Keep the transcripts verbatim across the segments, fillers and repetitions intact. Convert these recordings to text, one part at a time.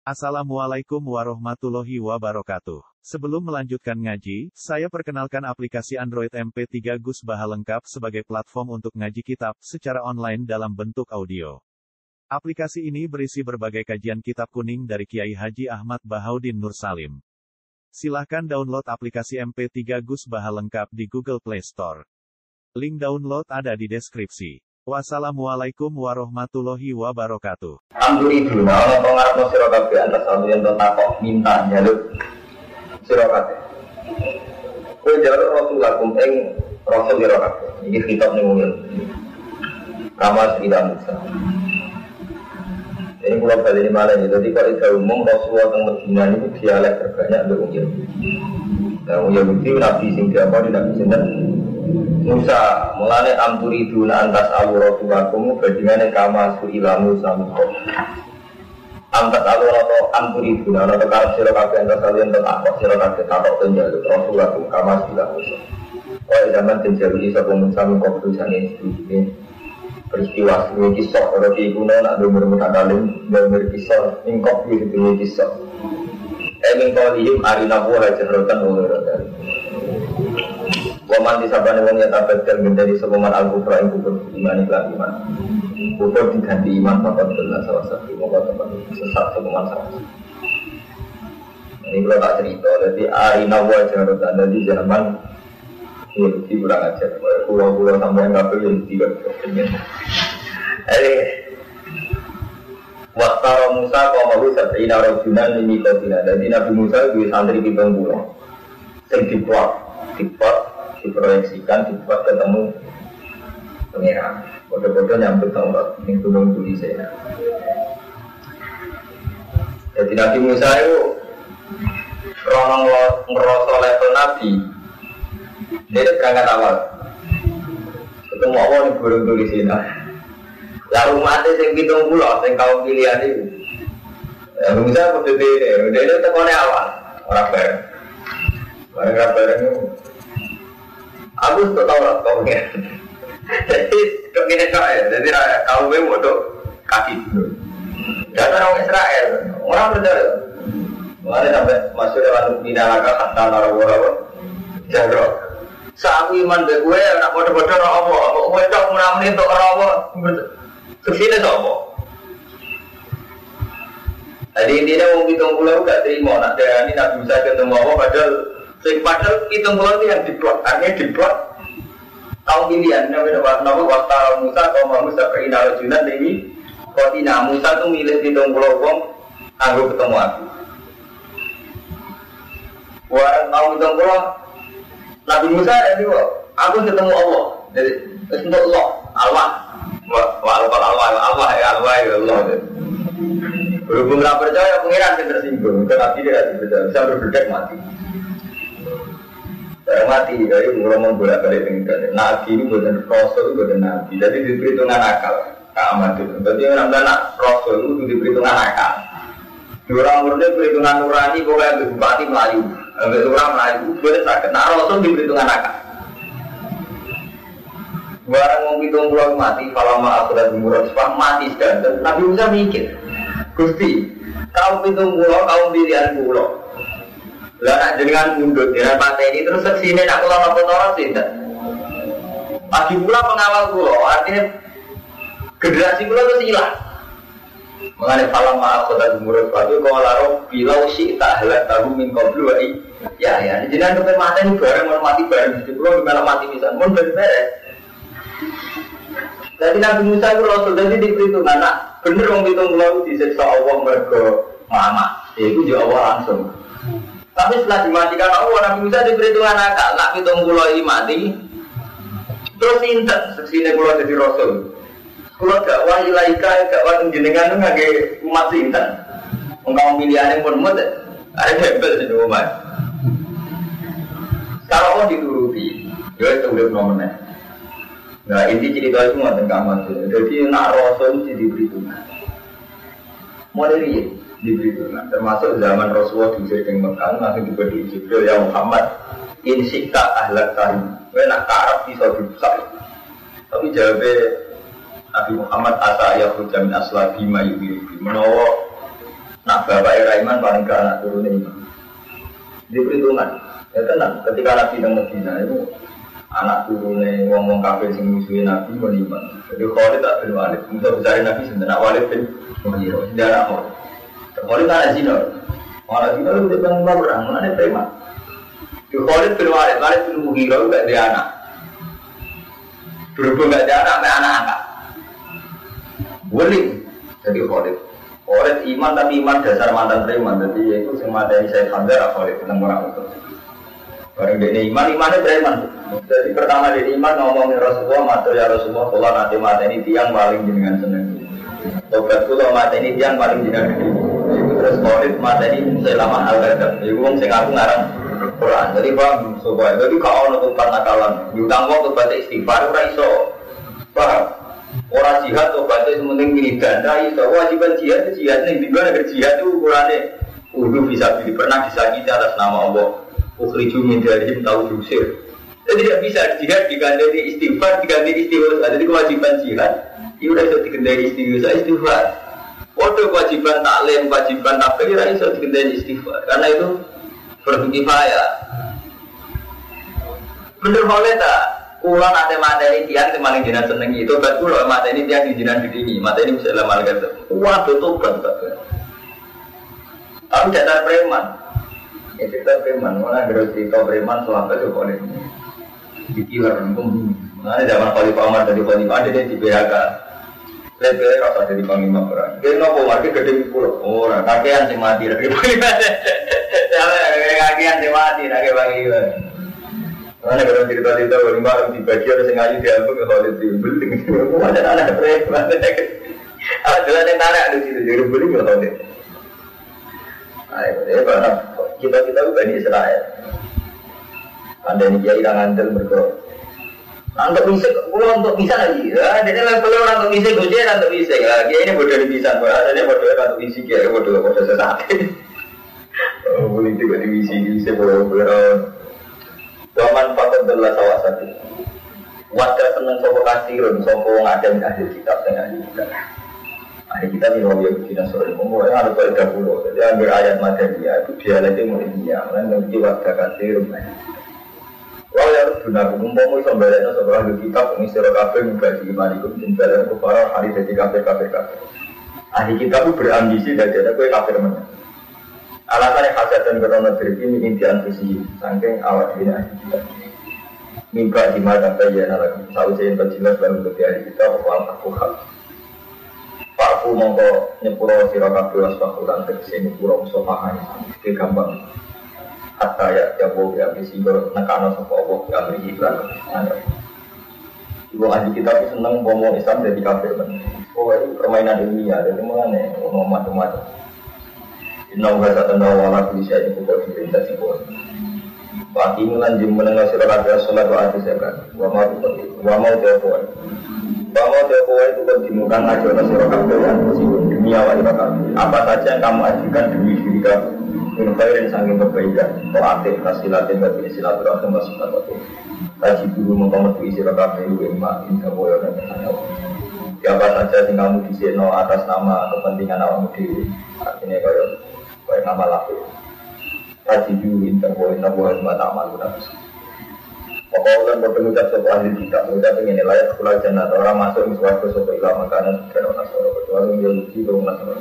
Assalamualaikum warahmatullahi wabarakatuh. Sebelum melanjutkan ngaji, saya perkenalkan aplikasi Android M P tiga Gus Baha lengkap sebagai platform untuk ngaji kitab secara online dalam bentuk audio. Aplikasi ini berisi berbagai kajian kitab kuning dari Kiai Haji Ahmad Bahaudin Nur Salim. Silahkan download aplikasi M P tiga Gus Baha lengkap di Google Play Store. Link download ada di deskripsi. Wassalamualaikum warahmatullahi wabarakatuh. Alhamdulillah, ana pengarepno sira kabeh antas sampeyan to takok minta njaluk sira kabeh. Kowe njaluk Rasulullah kum ing Rasul sira kabeh. Iki kitab ning wong. Kama tidak Musa. Ini pulau balik ini malah jadi kalau kita umum Rasulullah tentang Medina itu dialek terbanyak dari orang Yahudi. Nah, orang Yahudi Nabi sing siapa di Nabi Sinten Musa mulane amturiduna antas aluratul badingane kama suila Musa muko. Antas aluratul amturiduna ana tekar sira kabeh antas kalian takok sira kabeh takok tenjaluk Rasulullah kama suila Musa. Oh zaman tenjaluk sapa Musa muko tulisane iki. Peristiwa ini kisah orang di kuno nak dengar mutakalim dengar kisah ingkop itu ini kisah. Emin kawalihim arina buah jahratan uluratan. Waman disabani wong yang tabadkan menjadi sebuman al-kufra yang kufur iman iklan iman. Kufur diganti iman bapak benar salah satu moga tempat sesat sebuman salah. Ini kalau tak cerita, jadi arina buah jahratan dari zaman ini kurang ajar, pulau-pulau sampai nggak perlu tidak pengen. Eh, waktu Musa kau mahu seperti narojunan ini kau tidak. Jadi Nabi Musa itu santri di Bengkulu, sing dibuat, dibuat, diproyeksikan, dibuat ketemu pengiran. Bodoh-bodoh nyambut Taurat, ini gunung tulisnya. Jadi Nabi Musa itu orang ngerosol level Nabi. Dia berangkat awal ketemu Allah di burung tulis ini lalu mati yang hitung pulau yang kaum pilihan itu ya misalnya seperti ini dia itu tekannya awal orang bareng orang bareng itu aku sudah tahu lah kaumnya jadi kemina Israel jadi kaum itu bodoh kaki dulu dan orang Israel orang percaya mengenai sampai masuk dalam minalaka kata narawarawa jadro saat iman be gue nak bodoh-bodoh nak apa? Apa gue tak menamani untuk apa? Kesini apa? Jadi intinya orang hitung pulau gak terima nak darah ini nak bisa ketemu apa? Padahal, padahal hitung pulau itu yang diplot, artinya diplot kaum pilihan. Namanya nama waktu Musa kaum Musa keindahan junan ini. Kalau tidak Musa tu milih hitung pulau kaum, aku ketemu aku. Orang kaum hitung pulau Nabi Musa jadi aku ketemu Allah. Jadi untuk Allah, Allah, Allah, Allah, Allah, ya Allah, ya Allah. Berhubung tak percaya, pengiran yang tersinggung. Karena Nabi dia tidak percaya, bisa berbeda mati. Saya mati, jadi ngomong bolak-balik dengan Nabi ini bukan Rasul, bukan Nabi. Jadi diperhitungkan akal, keamat itu. Jadi orang-orang Rasul itu diperhitungkan akal. Orang murni perhitungan nurani, pokoknya bupati Melayu. Ambil orang Melayu, boleh sakit. Nah, Rasul diperhitungkan akal. Barang mau hitung pulau mati, kalau maaf sudah dimurah sepah mati sekali. Nabi Musa mikir, Gusti, kau hitung pulau, kau pilihan pulau. Lah nak dengan mundur, dengan pantai ini terus kesini nak pulau apa orang sih? Lagi pula pengawal pulau, artinya generasi pulau itu hilang. Mengenai falam maaf kota jumurut waktu kau laruh bilau si tak helat tahu min kau dua i ya ya jadi nanti mati ini bareng mau mati bareng di pulau gimana mati bisa pun beres. Jadi Nabi Musa itu Rasul jadi diperhitungkan nak bener orang hitung pulau disiksa Allah mergo mama itu juga Allah langsung. Tapi setelah dimatikan Allah Nabi Musa diperhitungkan akal nak hitung pulau ini mati terus intet seksine pulau jadi Rasul. Kalau dakwah ilaika, dakwah jenengan itu ngake umat sinten. Engkau pilihannya pun mut, ada hebel di umat. Kalau mau dituruti, ya itu udah nomornya. Nah inti cerita itu nggak tengah jadi nak Rasul itu diberitakan. Modern diberitakan. Termasuk zaman Rasulullah di Mekah masih diberi Jibril ya Muhammad. Insikta ahlak karim. Gue nak karab bisa dibesar. Tapi jawabnya Nabi Muhammad asa ayah hujamin asla bima yubi menawa Nah, bapak era iman paling ke anak turunnya iman. Di perhitungan, ya tenang. Ketika Nabi di Medina itu anak turunnya ngomong kafir sing musuhin Nabi beriman. Jadi Khalid tak bin Walid. Untuk besar Nabi sebenarnya Walid bin Mughirah. Tidak anak Khalid. Khalid tak ada zina. Malah zina itu tidak pernah berang. Mana ada preman. Di Khalid bin Walid, Walid bin Mughirah itu tidak ada anak. Berhubung tidak ada anak, ada anak-anak. Boleh. Jadi Khalid. Khalid iman tapi iman dasar mantan preman. Jadi itu semua dari Said Hamzah Khalid tentang orang itu. Orang ini iman, imannya preman. Jadi pertama dari iman ngomongin Rasulullah, matur ya Rasulullah, kalau nanti mata ini tiang paling jenengan seneng. Tobat kalau mata ini tiang paling jenengan seneng. Terus Khalid mata ini selama al-gadam. Jadi orang saya ngaku ngarang Quran. Jadi bang, sobat. Jadi kalau untuk nakalan, diutang waktu baca istighfar, orang iso. Paham? Orang jihad atau baca sementing ini dana iso. Wajiban jihad itu jihad nih. Dimana jihad itu ukurannya udah bisa pilih pernah disakiti atas nama Allah. Ukhriju min darihim tahu diusir. Jadi tidak bisa jihad diganti istighfar, diganti istighfar. Jadi kewajiban jihad itu sudah bisa diganti istighfar, istighfar. Waduh kewajiban taklim, kewajiban takbir itu bisa diganti istighfar. Karena itu berkifayah. Bener boleh tak? Ulang nanti materi tiang semaling jinan seneng itu. Betul loh materi tiang di jinan begini. Materi bisa lama lagi. Waduh tobat tak? Tapi dasar preman. Ya cerita preman, mana ada cerita preman selama itu boleh dikilar nunggu. Mana zaman Khalifah Umar dari Khalifah ada di B H K. Lihat rasa jadi panglima perang. Dia nopo market gede pulau. Orang kakean sih mati lagi panglima. Kakean sih mati lagi panglima. Mana kalau cerita-cerita panglima di bagian sengaja diambil ke Khalid diambil. Ada anak preman. Ada yang tarik di situ jadi beli ke Khalid. Ayo, ya karena kita-kita bukan di Israel. Anda ini kiai yang ngandel bergerak. Untuk bisa, kalau untuk bisa lagi. Ya, jadi levelnya orang untuk bisa, gue jadi untuk bisa. Ya, kiai ini bodoh di bisa. Ada dia bodoh untuk bisa, kiai bodoh bodoh sesat. Oh, boleh juga di bisa, di bisa bodoh bodoh. Waman fakir adalah sawah satu. Wadah seneng sopo kasirun, sopo ngadem ahli kitab dengan ahli kitab. Ahli kita ini orang yang bikin sore, mungkin ada tiga puluh. Jadi ambil ayat Madaniyah itu dia lagi muridnya, kan nanti waktu kasih rumah. Kalau yang guna umum itu sembarangan setelah ahli kitab mengisir kafe mengkaji imanikum sembarangan kepada hari jadi kafe kafe kafe. Ahli kitab itu berambisi dan jadi kue kafir mana. Alasannya khasat dan berona beri ini intian visi, saking awal ini ahli kitab. Mimpi di mana kaya lagi, sahaja yang terjelas dalam bagi ahli kitab bahwa aku hal. Aku mongko nyepuro sira kabeh wasfakulan tegese nyepuro sopahan iki gampang. Hatta ya jabo ya bisi nekana sapa Allah ya amri iklan. Ibu ahli kita seneng bomo Islam jadi kafir ben. Oh itu permainan ilmiah jadi mulane ngomong macam-macam. Inna wa ta'ala wala bisa itu kok diperintah sih bos. Bagi mulan jim menengah sira kabeh salat wa zakat. Wa ma wa ma jabo. Bahwa Dewa itu kan dimudahkan aja oleh surah kabel demi awal ibadah. Apa saja yang kamu ajukan demi diri kamu, menukairin sanggih perbaikan, proaktif kasilatin bagi silaturahim masuk ke kaji dulu mengkomentu isi surah kabel itu emak indah boyo dan kesana. Apa saja yang kamu diseno atas nama kepentingan awam diri, artinya kaya kaya nama lapis. Kaji dulu indah boyo indah boyo emak tak malu nafsu. Pokoknya bertemu cap sopo ahli kita, kita ingin layak pulau jannah orang masuk di suatu sopo ilah makanan dan orang soro kecuali dia lucu belum masuk.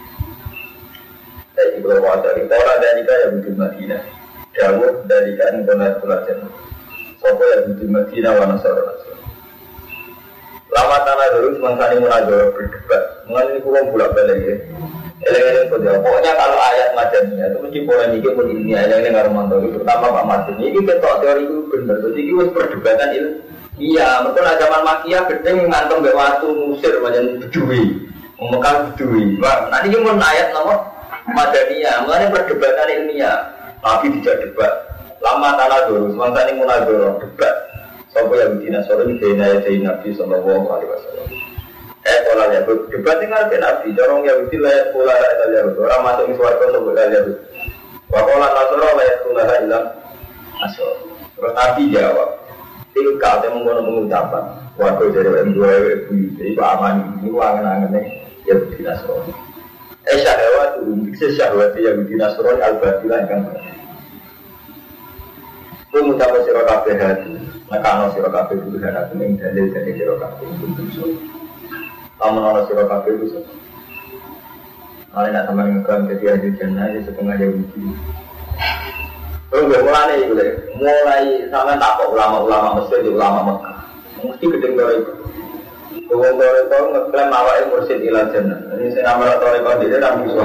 Jadi kalau wajar itu orang dari kita yang di Madinah, jauh dari kan benar pulau jannah. Sopo yang di Madinah wana soro nasor. Lama tanah dulu semangsa ini munajor berdebat, mengenai pulau pulau balik ya. Eleng-eleng kode. Pokoknya kalau ayat Madaniyah itu mesti polemiknya pun ilmiah. Eleng-eleng ngarumanto itu terutama Pak Madin. Ini ketok teori itu benar. Jadi itu perdebatan itu. Iya, betul lah zaman Makiyah gedeng ngantem mbek watu musir macam bedui. Mekah bedui. Wah, nanti ini mun ayat nomor Madaniyah. Mengenai perdebatan ilmiah. Tapi tidak debat. Lama tanah dulu, semangsa ini munajor debat. Sopo yang bikin asal ini bina dari Nabi sallallahu alaihi wasallam. Eh pola Yahud, debat tinggal ke Nabi, corong Yahudi layak pola layak Yahud, orang masuk di suarga sebut Yahud. Wakola Nasoro layak pola ilam asal. Terus Nabi jawab, tilka yang menggunakan pengucapan, waktu dari M dua W, jadi Pak Aman ini wangan-wangannya Yahudi Nasoro. Eh syahwat itu, syahwat yang di Nasrani al-Batilah kan. Itu mencapai sirah kabeh hati. Nekano sirah kabeh itu hati yang dalil dari sirah kabeh itu bisa. Kamu nolak sirah kabeh itu bisa. Kalau nak sama dengan jadi ahli jannah aja setengah Yahudi. Terus mulai itu deh, mulai sama takut ulama-ulama Mesir, ulama Mekah. Mesti gedeng dari itu. Gowong dari itu ngeklaim awalnya mursyid ilah jannah. Ini saya nama dari itu dia tak bisa.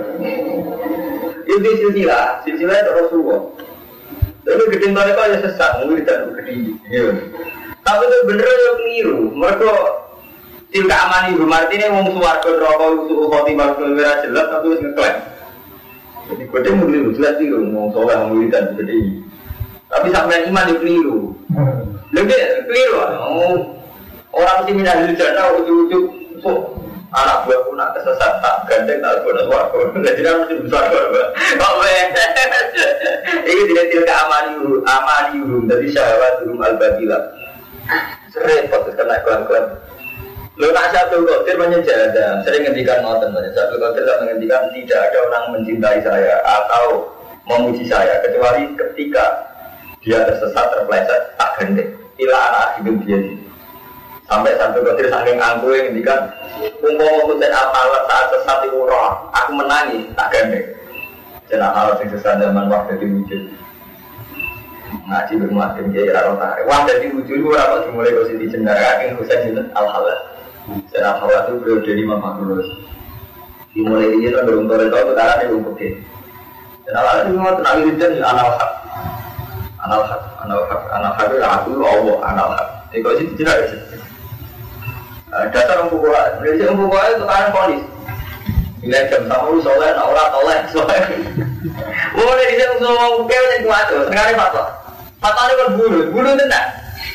Itu silsilah, silsilah itu Rasulullah. Tapi gedeng dari itu aja sesat, mungkin tidak gedeng. Tapi itu bener ya keliru. Mereka tilka amani berarti ini wong suwarga neraka usul khotimah kelwira jelas tapi wis ngeklaim. Jadi gedeng keliru jelas iki wong saleh wong wiridan gedeng. Tapi sampean iman yo keliru. Lha keliru. Orang mesti minahil jannah ujug-ujug so, anak buahku nak kesesat tak gandeng tak bodoh warga. Jadi kan mesti besar warga. Oke. Ini tidak tilka amani amani hum dari syahwat hum al-batilah. Repot kena kelan-kelan. Lo nak satu kotir menyejadah. Sering ngendikan ngoten banyak. Satu kotir tak menghentikan tidak ada orang mencintai saya atau memuji saya kecuali ketika dia tersesat terpeleset tak gandeng. Ila anak hidup dia. Sampai satu kotir saking angku yang ngendikan umpama kucing apalat saat sesat di roh aku menangis tak gandeng. Jangan hal yang sesat zaman waktu diwujud. Ngaji bermuatin kaya rata. Wah jadi wujud itu rapat dimulai kau sini jendara kaking Husain Sinten al-Halal. Secara Halal itu beliau dari Imam Fakrul. Dimulai ini kan belum tahu tahu sekarang dia belum putih. Dan al-Halal itu memang tenang itu jadi anal-hak, anal-hak, anal-hak, anal-hak itu aku Allah anal-hak. Ini kau sini jendara sih. Dasar orang pukul, Malaysia orang pukul itu sekarang polis. Bila jam tamu soleh, orang toleh soleh. Boleh di sini semua pukul yang kuat, sekarang fatwa. Fatwa ini kan bulu, bulu tenang.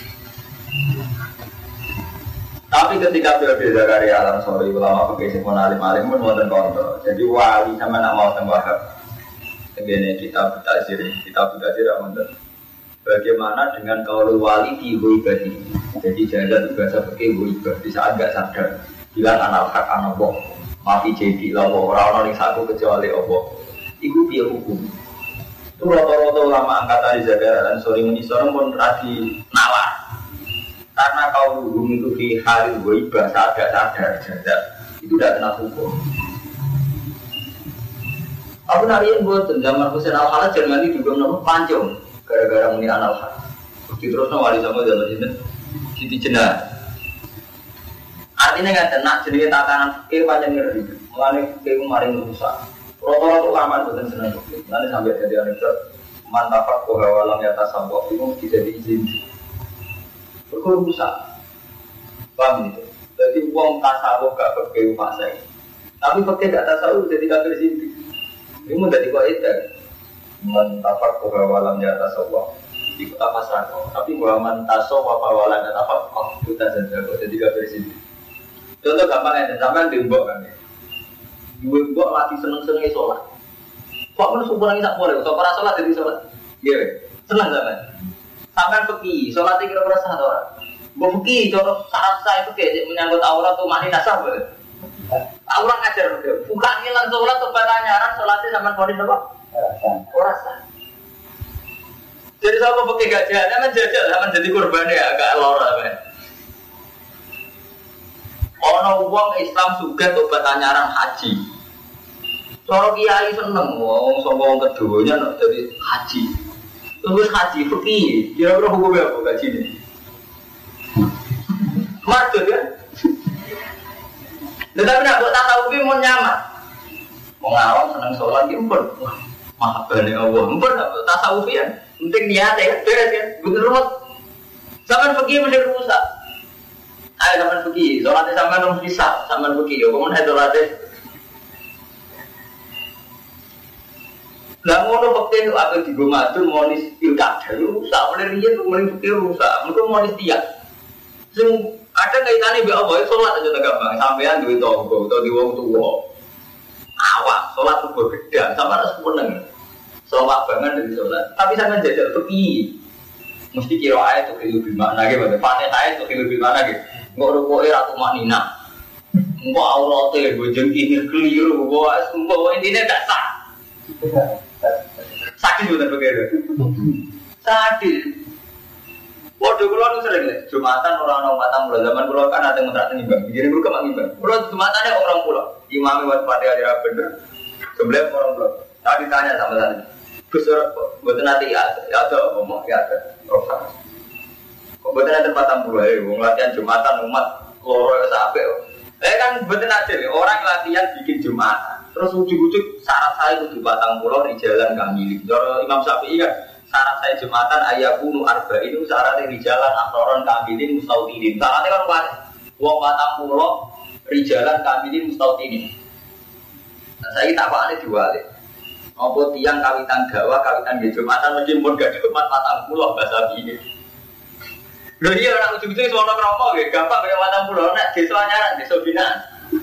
Tapi ketika Bilbil Zakaria alam sore ulama pakai sifon alim-alim pun wonten kontrol. Jadi wali sama nak mau tambah. Begini kita bertasir, kita bertasir wonten. Bagaimana dengan kaul wali di ibadi? Jadi jaga itu bahasa pakai ibad. Di saat enggak sadar, bilang anak hak anak boh, mati jadi lawo orang-orang yang satu kecuali Allah. Ibu dia hukum. Itu rata-rata ulama angkatan di Zakaria dan sore ini sore pun tadi nalar. Karena kau hukum itu di hari ibad saat enggak sadar, jaga itu tidak kena hukum. Aku nariin buat zaman Husain al-Halal jangan nanti juga nama pancung. Gara-gara muni anal hak. Begitu terus wali sama zaman ini Siti Jenah. Artinya nggak tenang jenis tatanan fikir panjang ngeri. Mulai fikir kemarin rusak. Rata-rata ulama bukan senang fikir. Nanti sampai jadi anekdot mantafak kohawalam ya tasawuf itu mesti jadi izin. Berkurang rusak. Paham itu? Jadi uang tasawuf gak fikir fase. Tapi fikir gak tasawuf jadi kafir sini. Ini mau jadi kaidah. Mantafak kohawalam ya tasawuf. Itu apa satu, tapi Muhammad taso apa walan dan apa oh kita saja kok jadi gak bersih. Contoh gampang aja, sampai dimbok kan ya. Dimbok lagi seneng-seneng sholat. Kok mana subuh lagi tak boleh? Kok para sholat jadi sholat? Iya, seneng sampai. Sampai pergi, sholat itu kira-kira sah orang. Gue pergi, contoh saat saya pergi menyangkut aurat tuh mani nasab. Aurat ngajar, bukan hilang sholat tuh pertanyaan sholatnya sama polis apa? Orang sah. Jadi sama pakai gajah, jangan jajal, jangan jadi korban ya agak lora kan. Ono uang Islam juga tobat anyaran haji. Cara kiai seneng, wong sama wong keduanya nak jadi haji. Terus haji pergi, kira-kira hukumnya apa gaji ini? Marjut kan? Tetapi nak buat tahu bi mau nyaman. Mau ngawang seneng sholat itu pun, maaf bani Allah, pun tak tahu bi ya. Penting niat ya, beres kan? Betul rumah. Sampai pergi mesti rusak. Ayo sampai pergi, sholatnya sampai harus bisa. Sampai pergi, ya kemudian sholatnya. Lah ngono pergi itu akan digomatun monis pilkada rusak. Mulai dia tuh mulai pergi rusak. Mereka monis tiap. Sem ada kaitannya biar apa? Sholat aja tak gampang. Sampean duit tonggo atau di wong tua. Awak sholat tuh berbeda. Sama harus meneng. Sholat banget dari sholat, tapi saya menjajal pergi. Mesti kira ayat itu lebih mana gitu, panen ayat itu lebih mana gitu. Nggak rukuk era tuh maknina, Mbak auratnya bojong ini keliru, wah semua intinya gak sah. Sakit bener begitu. Sakit. Waduh, kalau nu sering nih, Jumatan orang-orang matang pulau zaman pulau kan ada yang mentrak nimbang. Jadi dulu kemang nimbang. Pulau Jumatannya orang pulau. Imam buat pada acara bener. Sebelah orang pulau. Tadi tanya sama saya. Gus, buat nanti ya, ya ada ngomong ya ada. Profesor. Kok buat nanti matang pulau ya? Latihan Jumatan umat loro sampai. Eh kan betul aja nih, orang latihan bikin Jumatan. Terus ujuk-ujuk syarat saya itu batang pulau di jalan kami. Kalau Imam Syafi'i kan syarat saya Jumatan ayakunu arba itu syaratnya di jalan aktoron kamilin mustautinin. Syaratnya kan apa? Wong batang pulau di jalan kamilin mustautinin. Nah, saya tak apa ada dua deh. Apa tiang kawitan gawa kawitan di Jumatan mungkin pun gak Jumat batang pulau bahasa ini. Loh iya orang ujung-ujung semua orang ngomong ya, gampang kayak matang pulau, nak desa nyaran, desa binaan.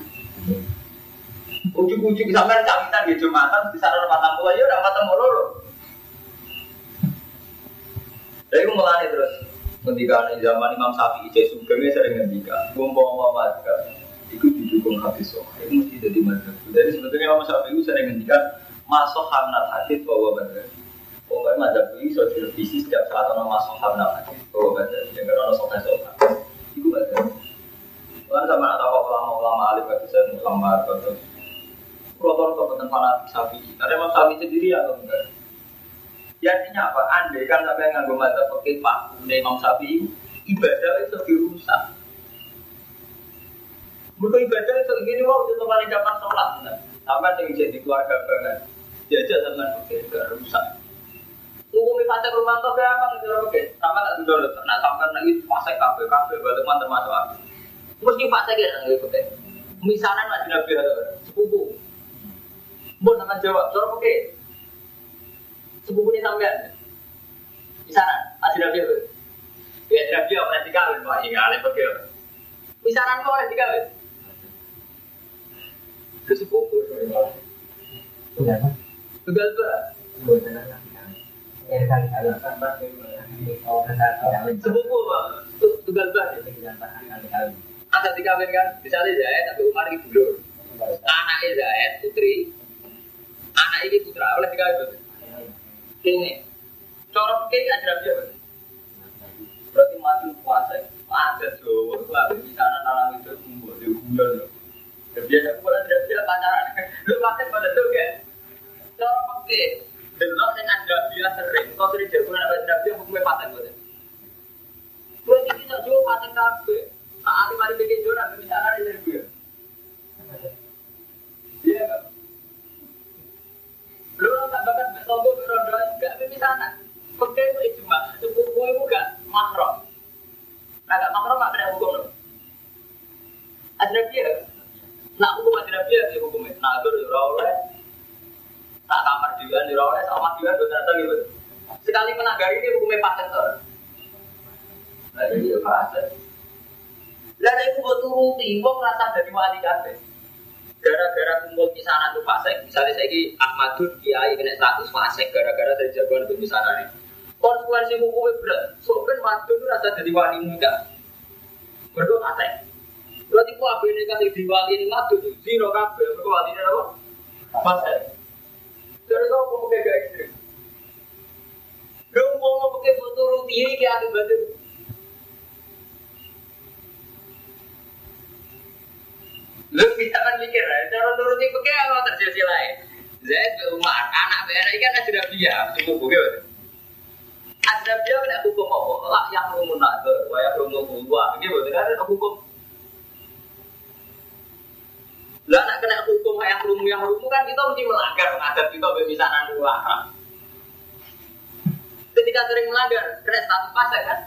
Ujung-ujung sampai cawitan di Jumatan, di sana matang pulau, ya udah matang pulau loh. Jadi aku mulai terus, ketika zaman Imam Syafi'i, Sugengnya sering ngendikan, umpama warga, itu didukung hadis soal, itu mesti jadi mazhab. Jadi sebetulnya Imam Syafi'i sering ngendikan, masuk hamnat hadis bahwa benar. Pokoknya mazhab ini sudah direvisi setiap saat orang masuk hamnat hadis. Oh, baca, yang kalau sokan-sokan, itu baca. Karena sama ada apa ulama-ulama alim baca saya ulama baca. Protokol kompeten fanatik Syafi'i. Ada Imam Syafi'i sendiri atau enggak? Ya artinya apa? Andai kan sampai nganggo mazhab fikih Pak Imam Syafi'i, ibadah itu dirusak. Bukan ibadah itu gini wow, itu paling dapat sholat. Sampai yang jadi keluarga banget. Jajah dengan fikih gak rusak. Umumnya pasang rumah tangga apa nggak ada pakai, sama tak dulu pernah sampai lagi pasang kafe kafe balik mantan masuk aku. Mesti pasang dia nggak pakai. Misalnya masih nabi ada sepupu, mau akan jawab, cara pakai sepupu ini sampean. Misalnya masih nabi ada, ya nabi apa nanti kawin masih nggak ada pakai. Misalnya kau nanti kawin, ke sepupu, tugal tuh. Sepupu tugas banget. Ada dikawin kan, misalnya Zaid atau Umar itu dulu. Anaknya Zaid putri, anak ini putra oleh dikawin. Ini, corok ini ada dia. Berarti mati puasa. Ada tuh, lah di sana dalam itu kumpul di bulan. Biasa kumpul ada dia pacaran. Lu pakai pada tuh kan? Corok ini. Dengar dengan Nabi sering, kau sering jago dengan Nabi yang hukumnya paten betul. Kau ini tak jual paten kafe, saat ini mari bikin jual Nabi misalnya dari dia. Iya kan? Lu tak bakal bertombol berodoh juga misalnya. Pakai itu cuma sepupu itu gak makrom. Agak makrom tak ada hukum loh. Ada dia, nak hukum ada dia di hukumnya. Nak atur oleh. Tak kamar juga di rawat sama juga ternyata gitu. Sekali menanggar ini hukumnya paten tuh. Nah jadi paten. Dan aku buat turuti, wong rasa dari wali kafe. Gara-gara kumpul di sana tuh fasek, misalnya saya ini Ahmadun Kiai kena status fasek gara-gara dari jagoan di sana nih. Konsekuensi hukumnya berat. Soalnya Ahmadun rasa dari wali muda. Berdua fasek. Berarti ku abe ini kasih di wali ini Ahmadun, zero kafe, berarti wali ini apa? Fasek. Jadi kau mau pakai gak ekstrim? Kau mau pakai foto rutin kayak ada batu. Lu bisa kan mikir ya, cara nuruti pakai apa terjadi lain? Zaid Umar, anak B N I kan ada dia, cukup bukan? Ada dia kena hukum apa? Lah yang rumun nazar, yang rumun buah, ini betul kan ada hukum. Lah nak kena hukum yang rumu yang rumu kan kita mesti melanggar mengadat kita bermisanan dua akram. Ketika sering melanggar, kena status fase kan?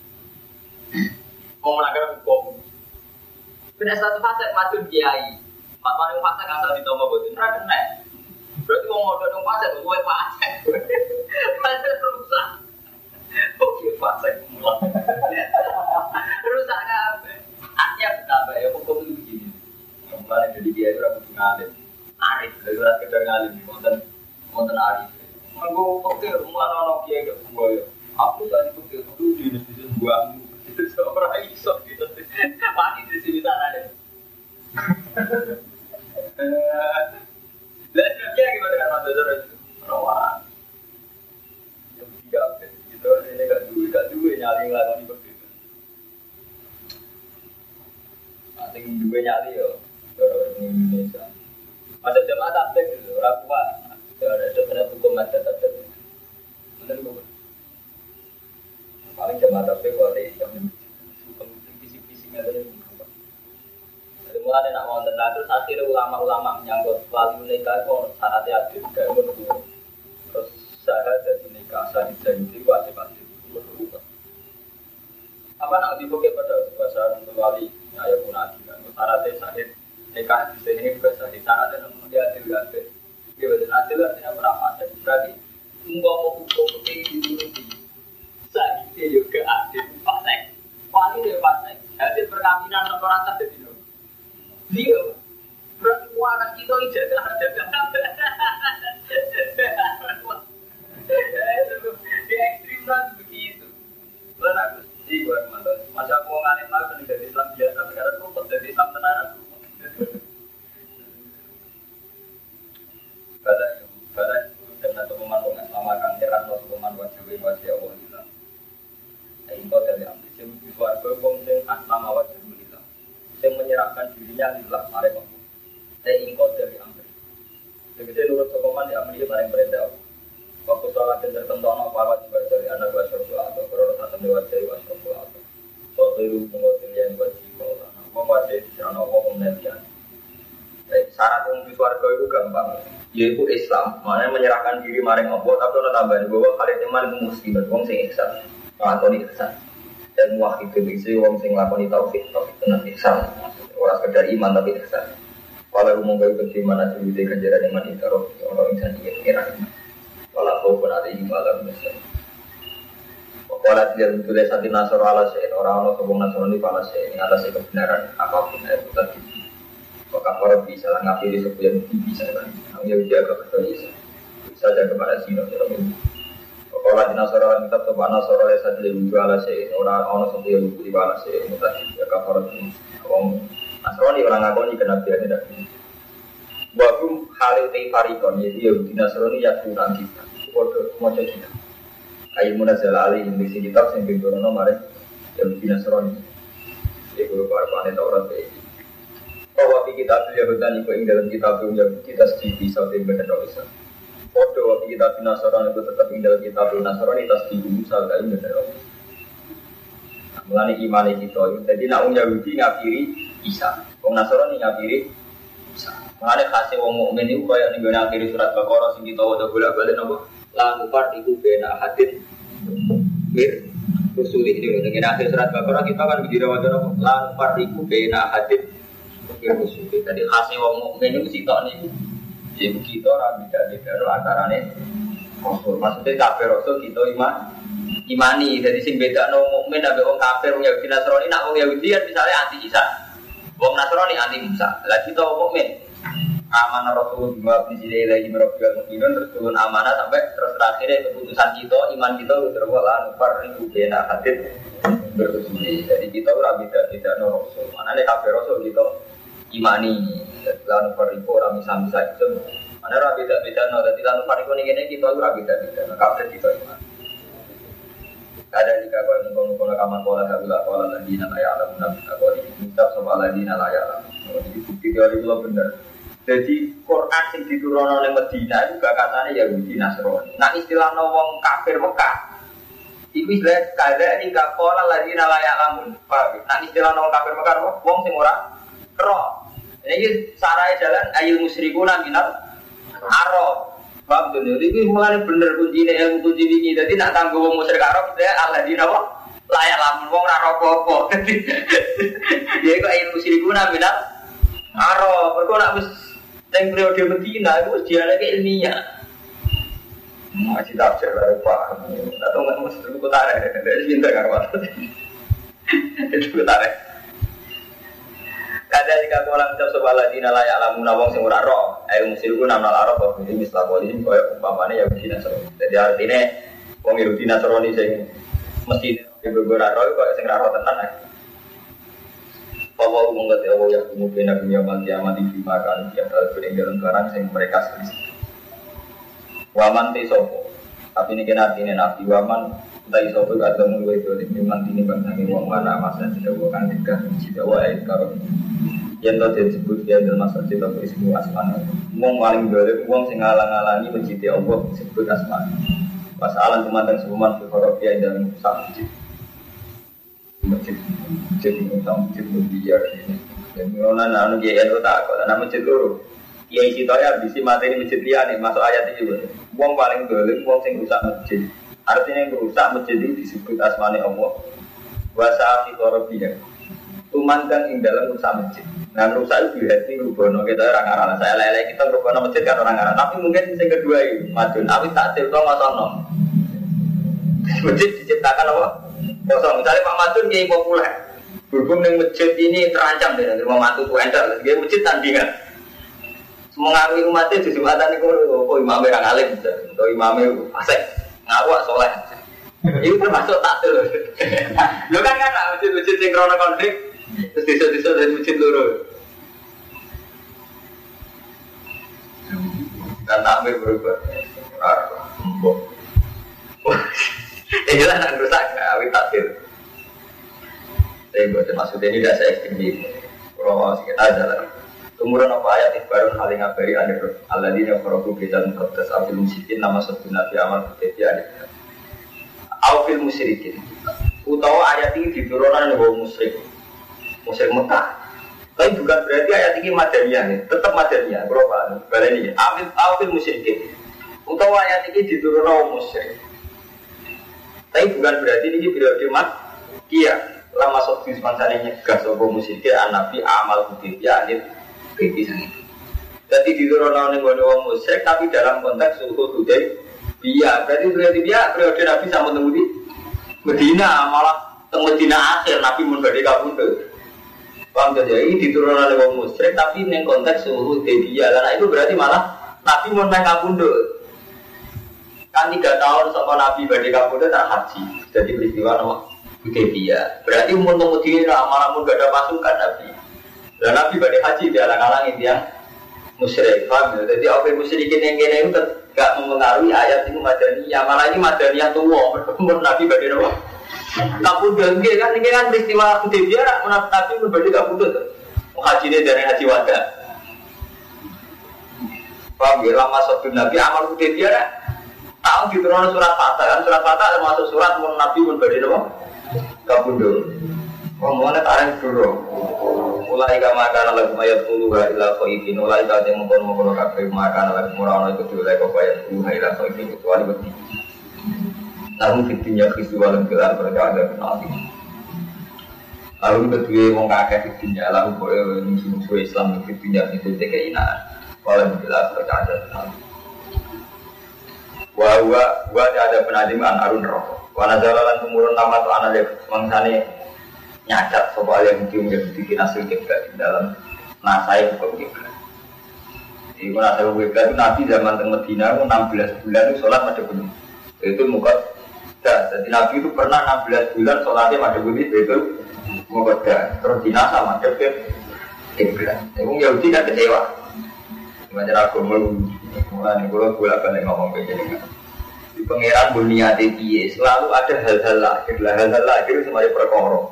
Mau melanggar hukum, kena status fase macam kiai. Pak paling fase kan tadi tombol betul, tidak kena. Berarti mau modal dong fase, gue fase. Fase rusak. Oke fase mulai. Rusak apa? Artinya betapa ya hukum itu begini. Mulai jadi dia itu rambut ngalim, arif, dari orang kedar ngalim, konten, konten arif. Aku oke, rumah anak dia gak gua ya. Aku tadi oke, aku di bisnis gua, itu seorang iso gitu. Mati di sini sana deh. Lihat dia gimana dengan Mas Dodor itu? Rawan. Yang tiga itu ini gak dulu, gak dulu nyali ngelakoni begitu. Nanti dua nyali yo, orang Indonesia. Ada jemaah tabligh itu, orang tua. Ada sebenarnya hukum ada tabligh. Benar bukan? Paling jemaah tabligh kalau ada yang hukum fisik-fisiknya ada yang mulai nak mau tentang terus akhirnya ulama-ulama menyangkut wali nikah itu syaratnya ada juga menurut terus syarat dari nikah sah dijanji wajib wajib menurut apa nak dibuka pada bahasa untuk wali ayah pun ada kan syaratnya sahid nikah di sini juga sahid syaratnya namun dia adil adil dia betul adil artinya berapa ada berarti enggak mau hukum seperti itu nanti sahidnya juga adil pasai wali dia pasai adil perkawinan orang tak ada dia berarti anak kita ijazah jaga di ekstrim lah begitu. Lalu aku sih buat mantan. Masa aku ngalim lagi dari Islam biasa sekarang aku dari Islam tenaran. Kata kata dengan teman-teman selama kang heran atau teman wajib wajib Allah hilang. Ini kau dari ambil sebab suara kau asma wajib yang menyerahkan dirinya adalah mereka. Saya ingkau dari Amri. Begitu nurut sokoman di Amri paling berendah. Waktu sholat dan tertentu para wajib dari anak wajib atau berurusan dengan wajib wajib atau suatu itu mengutil yang wajib Allah. Apa wajib di sana apa kemudian. Syarat yang di suarga itu gampang. Yaitu Islam. Maknanya menyerahkan diri maring Allah. Tapi orang tambahin bahwa kalian teman itu muslim. Orang sing ihsan. Melakoni ihsan. Dan muwahhid itu wong sing nglakoni tauhid tauhid tenan ihsan ora sekedar iman tapi ihsan. Kalau umum bae kunci mana diwite ganjaran iman itu ora ihsan iki kira. Kalau kau pun ada iman dalam ihsan. Kalau dia tulis hati nasor ala se orang orang sobong nasor ini pala se atas kebenaran apapun itu tadi. Maka orang bisa ngapiri sebuah bisa kan. Hanya jaga betul bisa. Bisa jaga pada sini orang. Kalau di Nasrani kita tetap Nasrani saja lebih jual sih orang orang seperti yang lebih jual sih tadi ya kafarat orang Nasrani orang agoni kena dia tidak. Bahkan hal itu farikon jadi yang di Nasrani ya kurang kita. Order macam itu. Ayat munazal ali di sini kitab yang berdona kemarin yang di Nasrani. Jadi kalau para itu orang itu. Bahwa kita beliau bertanya ke dalam kitab yang kita sedih bisa benar dosa. Foto waktu kita di Nasrani itu tetap tinggal kita di Nasrani tas di Musa kayu bener. Mulane iman kita. Jadi nak wong Yahudi ngapiri Isa, wong Nasrani ngapiri Isa. Mulane khase wong mukmin iku kaya ning ngene akhir surat Baqarah sing kita waca bolak-balik napa? La nufar iku bena hadin mir rusuli ini dengan akhir surat Baqarah kita kan berdiri waca napa? La nufar iku bena hadin mir rusuli. Jadi khase wong mukmin iku sitok niku ibu kita orang beda-beda antarane rasul. Maksudnya kafir rasul kita iman imani. Jadi sing beda no mukmin ambek wong kafir wong Yahudi Nasrani nak wong Yahudi kan misalnya anti Isa. Wong Nasrani anti Musa. Lah kita wong mukmin amanah rasul bima bisile lagi merobal mukmin terus turun amanah sampai terus terakhir keputusan kita iman kita terus wala nufar itu kena hadit berusuli. Jadi kita ora beda-beda no rasul. Manane kafir rasul kita imani. Lalu pariku orang bisa-bisa itu mana orang beda-beda no, jadi lalu pariku ini kita orang beda-beda kafir kita iman ada jika kau mengkono-kono kamar kola kabila kola lagi nak ayat alam nabi kau ini minta soal lagi nak ayat alam jadi bukti teori itu benar. Jadi Quran yang diturunkan oleh Medina juga katanya Yahudi Nasrani. Nah istilah wong kafir Mekah itu istilah kada jika kola lagi nak ayat alam nah istilah wong kafir Mekah wong sing ora roh. Ini sarai jalan ayil musyrikuna minal Arab. Paham tuh? Jadi mulai bener kuncinya ilmu kunci ini. Jadi nak tangguh wong musyrik Arab saya Allah di nawa layak lamun wong ora apa-apa. Ya iku ayil musyrikuna minal Arab. Mergo nak wis teng periode Medina itu dialek ilmiah. Masih tak cerita Pak. Atau enggak mesti itu tarik. Dari pinter karo. Itu tarik. Ada jika orang ucap sebuah ladina layak lamun nawang sing ora roh, ayo musyriku nama larab bahwa ini mislah polis koyo umpamane Yahudi Nasrani. Jadi artinya wong Yahudi Nasrani sing mesti ibu ora roh koyo sing ora roh tenan ae. Bahwa mengerti Allah ya kemudian Nabi Muhammad kiamat di makan tiap dalam dalam barang yang mereka selisih. Waman te sopo, tapi ini kena artinya Nabi Waman tadi sopo ada mulai itu memang ini bangsa ini wong mana masa tidak bukan tidak tidak wae karo yang tadi disebut dia dalam masa tidak berismu asmana. Wong paling boleh wong sing ngalang-alangi mencintai Allah disebut asmana. Masalah teman-teman semua berkorupsi dalam masjid. Masjid, masjid ini sama masjid berbiar ini. Dan orang anak G N itu tak kok, nama masjid loro. Ya isi toya bisi materi masjid dia nih masuk ayat ini juga. Uang paling dolim, uang sing rusak masjid. Artinya yang rusak masjid ini disebut asmane Allah. Wasa fi korobiyah. Tumandang ing dalam rusak masjid. Nah rusak itu berarti rubono kita orang arah. Saya lele kita rubono masjid kan orang arah. Tapi mungkin yang kedua itu madun. Awi tak cerita masono. Masjid diciptakan apa? Kosong, misalnya Pak Madun kayak populer, berhubung dengan masjid ini terancam dengan rumah mantu itu ender, dia masjid tandingan. Mengaruhi umatnya di jumatan itu, oh imamnya orang alim, atau imamnya asik, ngawak soleh. Itu termasuk taktil. Lo kan kan masjid-masjid yang krono konflik, terus desa-desa dari masjid loro. Dan takmir berubah. Ini lah nak rusak, awit takdir. Tapi buat maksudnya ini dah saya ekstrim. Kalau kita aja lah. Kemudian apa ayat ibarun haling abari adir Alladzina faraku bidan qaddas afil musyrikin nama satu nabi amal ketiga adir. Afil musyrikin. Utawa ayat ini diturunkan oleh musyrik. Musyrik Mekah. Tapi bukan berarti ayat ini madaniyah nih, tetap madaniyah. Berapa? Baleni. Afil afil musyrikin. Utawa ayat ini diturunkan oleh musyrik. Tapi bukan berarti ini periode mat kia lama sokti sepanjangnya gas sopo musik anabi amal kutiya anit kritis ini. Jadi diturunkan oleh orang musyrik tapi dalam konteks suhu budaya biya. Berarti berarti biya periode nabi sama temu di Medina malah temu Medina akhir nabi mun badhe kabundut. Paham tak? Jadi diturunkan oleh orang musyrik tapi dalam konteks suhu budaya. Karena itu berarti malah nabi mun badhe kabundut. Kan tiga tahun sama Nabi badai kabudut tak haji. Jadi peristiwa nama Hudaybiyah. Berarti umur kemudian malah pun gak ada pasukan Nabi. Dan Nabi badai haji dia alang-alangin dia musyrik. Paham ya? Jadi apa musyrikin yang kena itu gak mempengaruhi ayat ini madaniyah. Malah ini madaniyah tua. Umur Nabi badai nama kabudut. Kan ini kan peristiwa Hudaybiyah. Nabi pun badai kabudut. Haji ini dari haji wadah. Paham ya? Lama sebelum Nabi amal Hudaybiyah. Tahu diturunkan surat Fatah kan, surat Fatah termasuk surat mun Nabi mun badhe napa? Kabundut. Omongane tareng dulu. Mulai kamakan lagu ayat puluh ila qaidin mulai ta yang mengkon-mengkon kabeh makan lagu murana iku dilek kok ayat puluh ila qaidin kecuali beti. Lalu fitnya khisual gelar berada nabi. Lalu kedua wong kakek fitnya lalu koyo musuh Islam fitnya itu tekeinaan. Kalau gelar berada nabi. Wah, wah, ada penadiman arun roh. Wana jalalan tumurun nama tu anak dia mangsane nyacat soal yang dium yang bikin hasil kebaikan dalam nasai hukum kebaikan. Ibu nasai hukum kebaikan itu Nabi zaman teng Medina itu enam belas bulan itu sholat pada bumi. Itu muka dah. Jadi Nabi itu pernah enam belas bulan sholatnya pada bumi itu muka dah. Terus dinasa pada kebaikan. Ibu Yahudi kan kecewa. Macam aku mau mulai kalau bolak balik ngomong kayak gini. Di pangeran dunia T P selalu ada hal-hal lahir, hal-hal lahir semuanya perkara.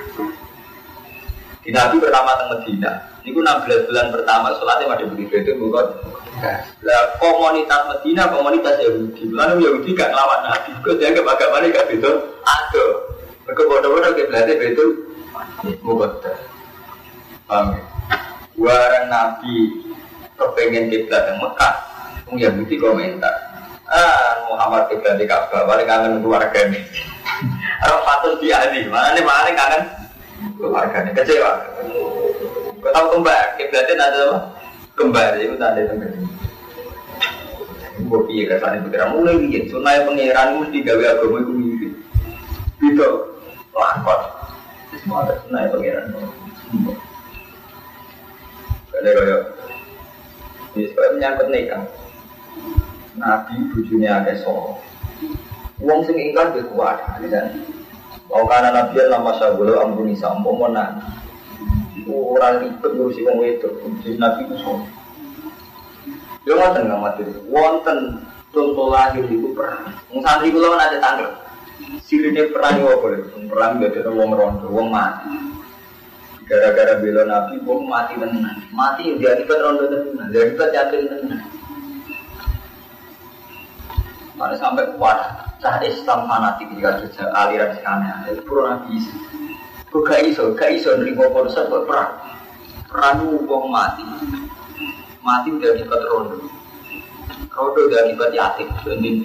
Di Nabi pertama teng Medina, itu enam belas bulan pertama sholatnya pada begitu itu bukan. Lah komunitas Medina komunitas Yahudi, lalu Yahudi gak ngelawan Nabi, kok dia ke agamanya gak betul, ada. Mereka bodoh-bodoh ke belakang betul, bukan. Paham? Warang Nabi kepengen kiblat yang Mekah, orang Yahudi komentar, ah Muhammad kiblat di Ka'bah, paling kangen keluarganya. Orang patut diali, mana nih paling kangen keluarganya, kecewa. Kau tahu kembar, kiblatnya ada apa? Kembar, itu tanda kembar. Gue pikir kesannya pikiran mulai bikin, sunai pengiran mesti gawe agama itu mimpi. Gitu, lakon. Semua ada sunai pengiran. Kaya-kaya. Ini sebab menyangkut nikah. Nabi bujurnya ada soal. Uang sing ingkar berkuat, kan? Mau karena Nabi Allah masa beliau ampuni sampo monan. Orang ribet ngurusi wong wedok, jadi Nabi ku sono. Yo ngoten nggak mati. Wonten contoh lahir itu perang. Wong santri kula ada tanggal. Sirine perang yo boleh. Perang gak ada wong rondo, wong mati. Gara-gara bela Nabi, wong mati tenan. Mati dia akibat rondo tenan, dia akibat yakin tenan. Pada sampai kuat, cah Islam fanatik jika ada aliran sekarang. Itu pura Nabi. Kok gak iso, gak iso nerima konsep kok perang. Perang wong mati. Mati udah akibat rondo. Rondo udah akibat yatim. Ini.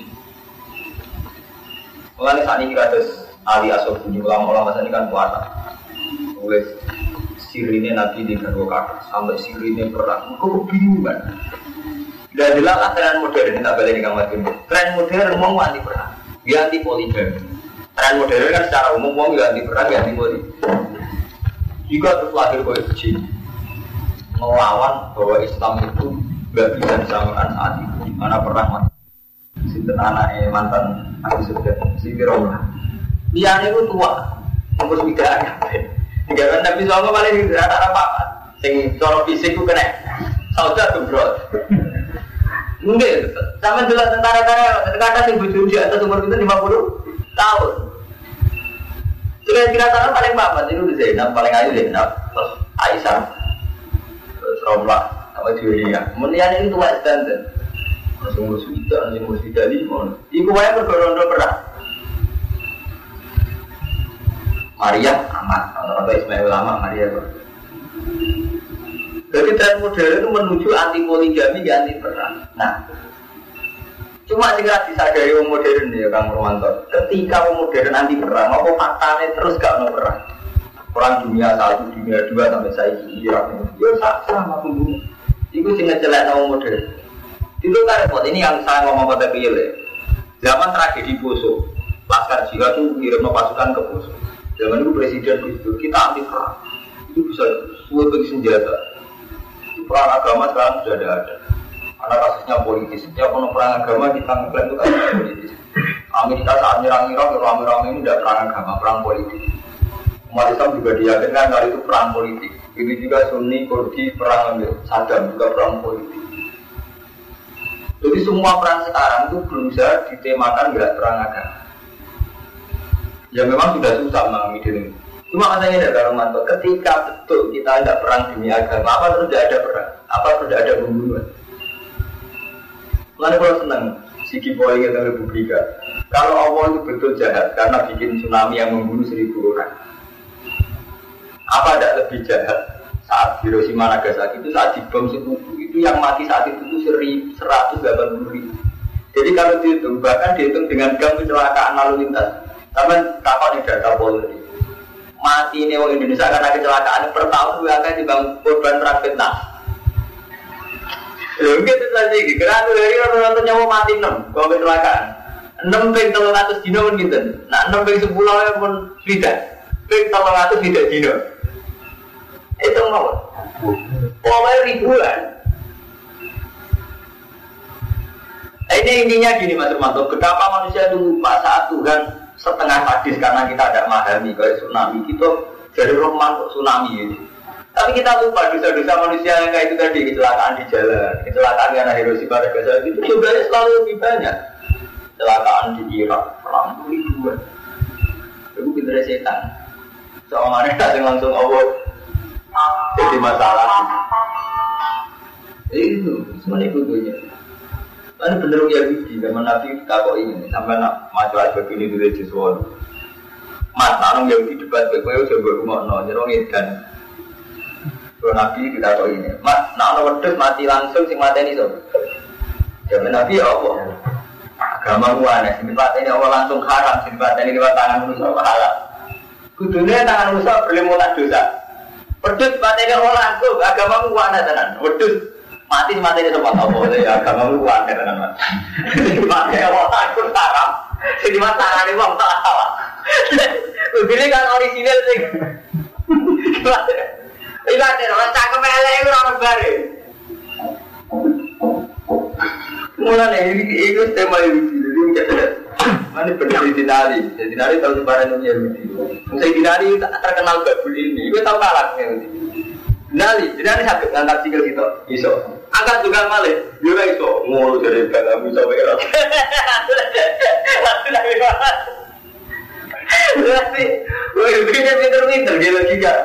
Mulai saat ini kados Ali Asobuni ulama-ulama saat ini kan puasa. Oleh sirine Nabi di garwa kata sampai sirine perang. Kok kebingungan. Dan jelas tren modern ini tak boleh dikamatin. Tren modern mau anti perang, dia anti poligami. Tren modern kan secara umum mau anti perang, dia anti poligami. Jika terus lahir koalisi melawan bahwa Islam itu nggak bisa disamakan saat itu, mana perang mati. Sinten anaknya mantan Abu Sufyan, si Fir'aun. Dia itu tua, umur tiga ya. Tiga kan Nabi Sallallahu paling rata-rata apa? Sing cara fisik itu kena saudara tuh bro. Mungkin, sama jelas tentara-tentara, tentara sing bojo di atas umur kita lima puluh tahun. Kira-kira tanah paling papat itu Zainab, paling ayu Zainab, terus Aisyah, terus Romlah, sama Julia. Kemudian ini tua standar. Masih ngurus kita, masih ngurus kita lima. Iku wae bergorondo perang. Maria aman, atau Ismail lama Maria tuh. Jadi tren modern itu menuju anti poligami, anti perang. Nah, cuma jika disadari orang modern ya Kang Romanto. Ketika orang modern anti perang, apa faktanya terus gak mau perang? Perang dunia satu, dunia dua sampai saya Irak ini, ya sama pembunuh. Itu sih ngecelak orang modern. Itu kan repot. Ini yang saya ngomong pada P I L. Zaman tragedi Poso, Laskar Jihad itu ngirim pasukan ke Poso. Zaman itu presiden itu kita anti perang. Itu bisa buat bagi senjata. Perang agama sekarang sudah ada ada. Karena kasusnya politis. Setiap perang agama kita mengklaim itu kan politis. Amerika saat nyerang Irak, rame-rame ini tidak perang agama, perang politik. Umat Islam juga diyakinkan kalau itu perang politik. Ini juga Sunni, Kurdi, perang Saddam juga perang politik. Jadi semua perang sekarang itu berusaha ditemakan nggak perang agama. Ya memang sudah susah memahami diri. Cuma katanya ada Romanto, ketika betul kita tidak perang demi agama, apa terus tidak ada perang? Apa terus tidak ada pembunuhan? Lalu kalau senang, Sigi Boy kita Republika. Kalau Allah itu betul jahat karena bikin tsunami yang membunuh seribu orang, apa tidak lebih jahat saat Hiroshima Nagasaki itu saat dibom seribu itu yang mati saat itu itu seratus delapan puluh ribu. Jadi kalau dihitung, bahkan dihitung dengan gam kecelakaan lalu lintas, sama kapal di data Polri. Mati ini orang Indonesia karena kecelakaan per tahun juga akan dibangun korban perang Vietnam. Ya gitu saja, karena dari orang-orang nyawa mati enam kalau kecelakaan. Enam peng telur ratus dino pun gitu. Nah enam peng sepuluh pun tidak. Peng telur ratus tidak dino. Itu mau. Pokoknya ribuan. Ini intinya gini Mas Romanto, betapa manusia itu lupa saat Tuhan setengah sadis karena kita tidak memahami kayak tsunami itu dari Roman kok tsunami ini. Tapi kita lupa dosa-dosa manusia yang kayak itu tadi, kecelakaan di jalan, kecelakaan karena Hiroshima Nagasaki itu jumlahnya selalu lebih banyak. Kecelakaan di Irak, perang ribuan. Itu pinter setan. Soalnya ada langsung Allah jadi masalah. Itu semuanya butuhnya. Lalu bener ya Yahudi, zaman Nabi kita kok ini sampai nak maju aja begini dulu di Suwon. Mas, orang Yahudi debat bekoyo coba rumah no, nyerong edan. Kalau Nabi kita kok ini, mas, nak orang wedus mati langsung sing mati ini so. Zaman Nabi ya Allah, agama muana, sing mati ini Allah langsung haram, sing mati ini lewat tangan manusia halal. Kudunya tangan manusia boleh mutan dosa. Wedus mati ini Allah langsung, agama muana tenan, wedus. Mati mati di tempat apa ya agama lu kuat kan mas. Mati orang takut haram. Jadi mas tangan ini bang tak salah. Begini kan original sih. Ikan deh orang cakep elek itu orang baru. Mulanya ini itu tema ini jadi enggak. Mana benar di Dinari. Dinari tahu sebaran dunia ini. Saya Dinari terkenal babul ini. Ibu tahu kalaknya ini. Nali, jadi sakit ngangkat sikil gitu, iso. Angkat juga malah, juga iso. Ngulu dari dalam iso berot. Berarti, wah itu dia pinter-pinter dia lagi gak.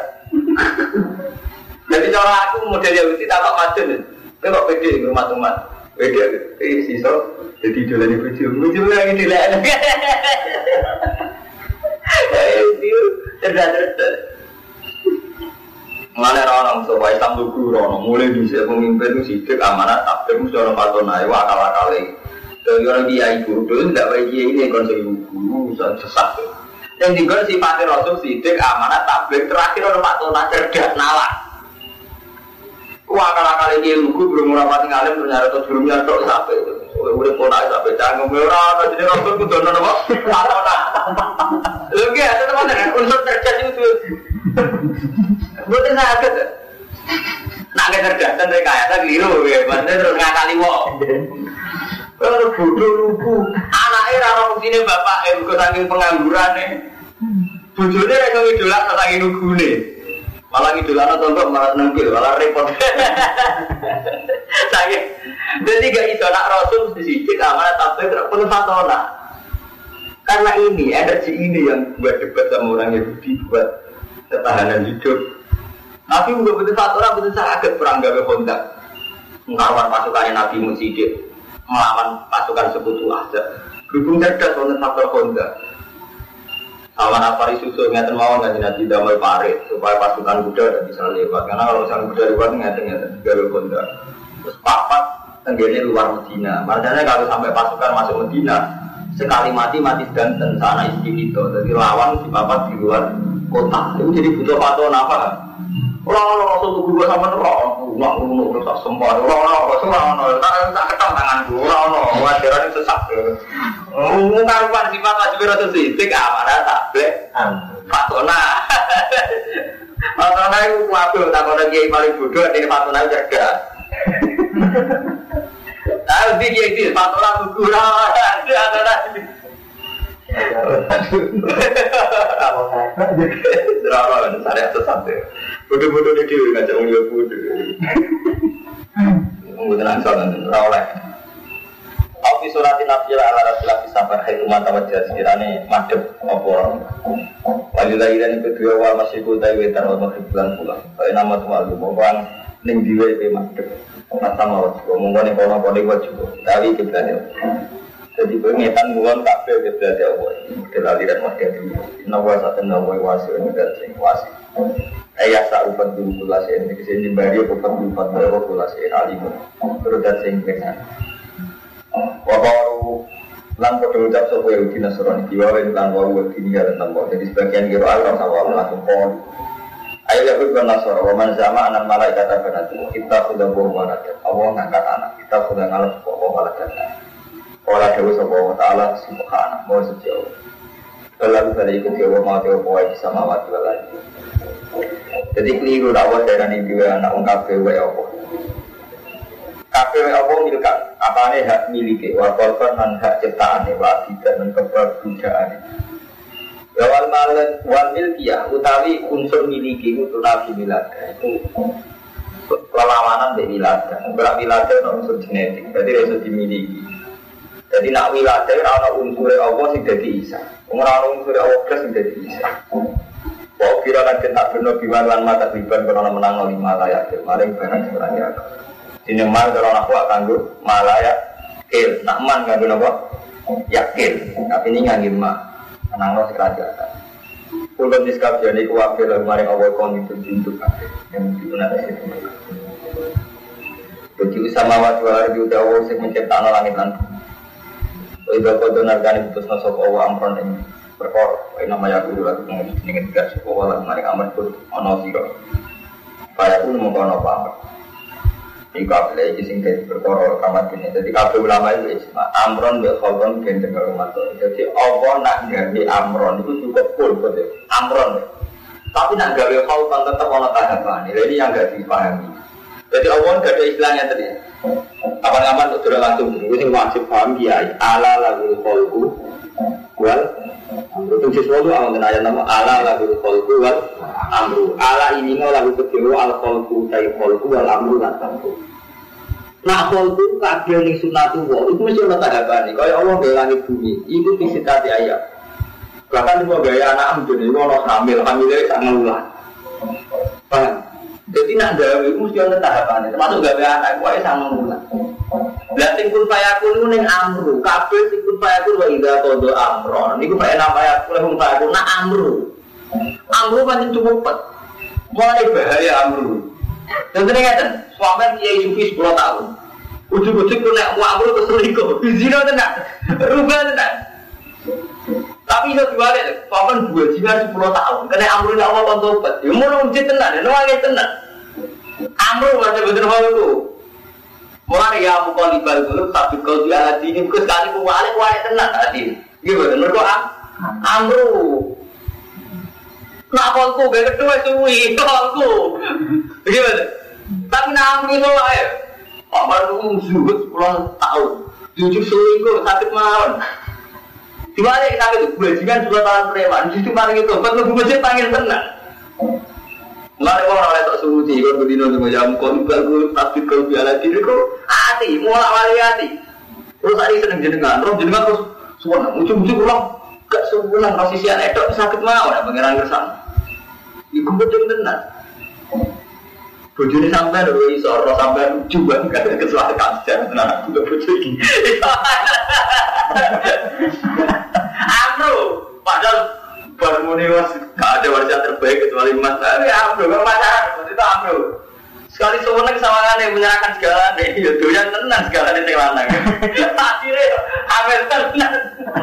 Jadi cara aku model yang itu tak macam ni. Tengok pede rumah teman, pede, eh iso. Jadi jualan video, video lagi jualan. Itu cerdas-cerdas. Mana orang supaya Islam tu guru, mulai bisa pemimpin tu sidik amanat, tapi mesti orang patronai, wakal-wakal lagi. Jadi orang dia ibu tu tidak baik dia ini konsep guru, sesat. Yang tinggal sifatnya Rasul sidik amanat, tapi terakhir orang patronai cerdas nalar. Wakal-wakal dia lugu belum merapat ngalim ternyata tu belum nyadok sampai itu. Udah pun ada sampai canggung merah, jadi Rasul tu dono apa? Patronai. Lagi ada tu mana unsur cerdas itu. Betul sakit. Nak cerdas dan rekayasa keliru, bener terus ngakali wong. Kalau bodoh lugu, anaknya rara fungsinya bapak, eh bukan saking penganggurannya. Bujurnya rasa ngidolak, saking nugune. Malah ngidolak tonton malah nengkil, malah repot. Saking, jadi gak iso nak Rasul disidik amanah tapi terpenuh fatona. Karena ini energi ini yang buat debat sama orang Yahudi buat ketahanan hidup. Nabi juga betul satu orang betul sangat perang gawe Honda, melawan pasukan Nabi Musidik, melawan pasukan sekutu aja. Berhubung cerdas untuk faktor Honda. Awan apa isu ngeten mawon kan Nabi damai parit supaya pasukan kuda tidak bisa lewat. Karena kalau pasukan kuda lewat ngeten ngeten gawe Honda. Terus papat tenggene luar Medina. Makanya kalau sampai pasukan masuk Medina, sekali mati mati danten sana istri itu. Jadi lawan di papat di luar kota. Itu jadi butuh patron apa? Orang-orang Rasul itu juga sama orang, orang-orang tak sempat, orang-orang orang-orang tak ketang tanganku, orang-orang wajaran itu sesak. Mengkaruan sifat wajib Rasul sidik amanah tablet, fatona. Fatona itu wabil, tak ada kiai paling bodoh, ini fatona cerdas. Tapi dia itu fatona berkurang, ada-ada. Drama saya sesat ya. Bodoh-bodoh di dewi ngajak mulia bodoh. Mungkin langsung rawleh. Aku suratin nafsila ala rasulah sabar hai umat wajah sekiranya madep apa. Walillahi dan kedua wal masyiku taiwetan wal maghribulan pula. Kaya nama tuan lu bawang ning diwe pe madep. Mata mawat ngomongane kono-kono wajib. Tapi kiblatnya. Jadi pengetan bukan kabel keberadaan Allah. Model aliran wajah ini. Nawa satu nawa wasi dan sing wasi. Ayah sarupat diukulasi ini kesini bari bukan bukan berukulasi alimun. Terus dan sing pengen. Wabaru lan podo ucap sopo ya uji nasrani diwawen lan wawu dini ya dan tambah. Jadi sebagian kira orang sama langsung pon. Ayah Yahud dan Nasr, waman sama anak malaikat abanatu. Kita sudah bawa malaikat. Allah ngangkat anak. Kita sudah ngalah bawa malaikat. Orang Dewa Subhanahu Wa Taala Subhanahu Wa Sejauh. Lalu dari itu Dewa mau Dewa Boy bisa mawat dua lagi. Jadi keliru dakwah dari ini juga anak ungkap Dewa apa? Kafe apa milikkan? Apa nih hak miliki? Wakorban dan hak ciptaan nih wajiban dan keberbudayaan. Wal malan wal milkiyah utawi unsur miliki itu nabi miladah itu perlawanan dari miladah. Berak miladah itu unsur genetik. Jadi harus dimiliki. Jadi nak wilayah orang unsur Allah sing dadi Isa. Orang unsur Allah plus sing dadi Isa. Wa kira lan tak bener biwan lan mata riban karena menang lima layak maring barang sing ora ya. Dene mal karo aku kanggo malaya il nak man kanggo napa? Yakin. Tapi ini ngangge ma. Menang sing kerajaan. Kulo diskabjane ku wakil maring Allah kon itu jintuk kabeh. Yang digunakan itu. Jadi usama wa ardi utawa sing menciptakan langit lan Iba kau dengar kan itu sosok Allah amron ini berkor. Ini namanya aku dulu lagi mengenai dengan tiga suku Allah menarik amat pun ono siro. Saya pun mau kono apa? Di kabel itu singkat berkor kamat ini. Jadi kabel ulama itu isma amron berkorban gendeng rumah tu. Jadi Allah nak ganti amron itu cukup full betul. Amron. Tapi nak gawe korban tetap ono tahapan. Ini yang gak dipahami. Jadi Allah gak ada istilahnya tadi. Kapan-kapan untuk sudah langsung itu wajib paham kiai ala lagu kolbu wal amru. Itu sesuatu yang ayat nama ala lahul khalqu wal amru. Ala ini mau lagu kedua al khalqu tay khalqu wal amru lan amru. Nah khalqu kabeh ning sunatullah itu mesti ana tahapane. Kaya Allah gawe langit bumi, itu disitati ayat. Bahkan mau gaya anak amdun itu ono hamil, hamilnya sangat ulah. Paham? Jadi nak gawe itu mesti ada tahapannya. Termasuk gawe anak itu sangat ulah. Lah sing kun fayakun ning amru, kabeh sing kun fayakun wa idza qada amron. Niku pakai nama ayat kun fayakun nak amru. Amru pancen cukup pet. Mulai bahaya amru. Contohnya ngeten, suami kiai sufi sepuluh tahun. Ujug-ujug ku nek amru keselingkuh. Zina tenan. Rubah tenan. Tapi itu dibalik, papan dua jiran sepuluh tahun. Karena amru ini Allah kontobat. Ya mau nunggu tenan, ya nunggu tenan. Amru macam betul hal itu. Mulai ya aku kalau dibalik dulu, tapi kalau dia ada ini, because sekali aku balik, balik tenan tadi. Gimana? Menurut am, amru. Nak kolku, gak kedua suwi, kolku. Gimana? Tapi nak amru itu lah ya. Papan nunggu sepuluh tahun. Jujur suwi itu sakit mawon. Dibalik kita itu bajingan dua tahun preman, justru paling itu, buat lebih masjid panggil tenang. Mulai orang oleh tak suci, kalau berdino sama jam kon, kalau tapi kalau biala diri kok hati, mulai wali hati. Terus tadi seneng jenengan, terus jenengan terus suara, ujung-ujung ulang, gak sebulan posisi anak itu sakit mau, ada pangeran kesan. Ibu betul tenang. Bujuni sampai dulu isoro sampai juga nggak ada kesulitan kajian, nah aku udah bujuni. Amru, padahal baru muni was, gak ada wajah terbaik kecuali Mas. Tapi Amru, kalau pacaran itu Amru. Sekali semuanya kesamaan yang menyerahkan segala deh, ya doyan tenang segala di telanang. Akhirnya Amru tenang.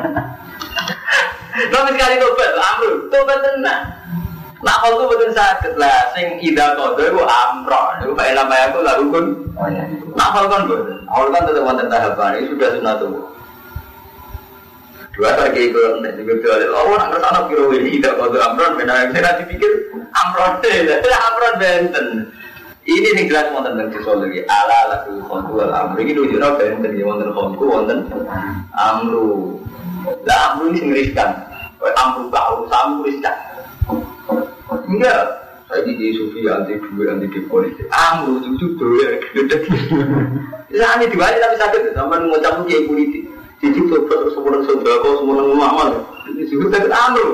Tapi sekali tobat, Amru, tobat tenang. Nah kalau itu betul sakit lah, sing ida kodo itu amro, itu pakai nama aku lalu kun. Nah kalau kan betul, awal kan tetap wanita tahapan ini sudah sunat tuh. Dua kali itu nanti juga ada orang nggak sana kira ini ida kodo amron, benar saya nanti pikir amron deh, amron benten. Ini nih jelas mau tentang sesuatu lagi. Ala laku kodo amro ini tujuh orang benten, ya wonten kodo wonten amro. Lah amro ini singriskan, amro kau sampo riskan. Enggak, saya di sufi anti duit anti politik. Amru cucu doya gede. Ya ini diwali tapi sakit, sampai mengucap kiai politik. Jadi sobat terus semua saudara kau semua ngamal. Ini juga sakit amru.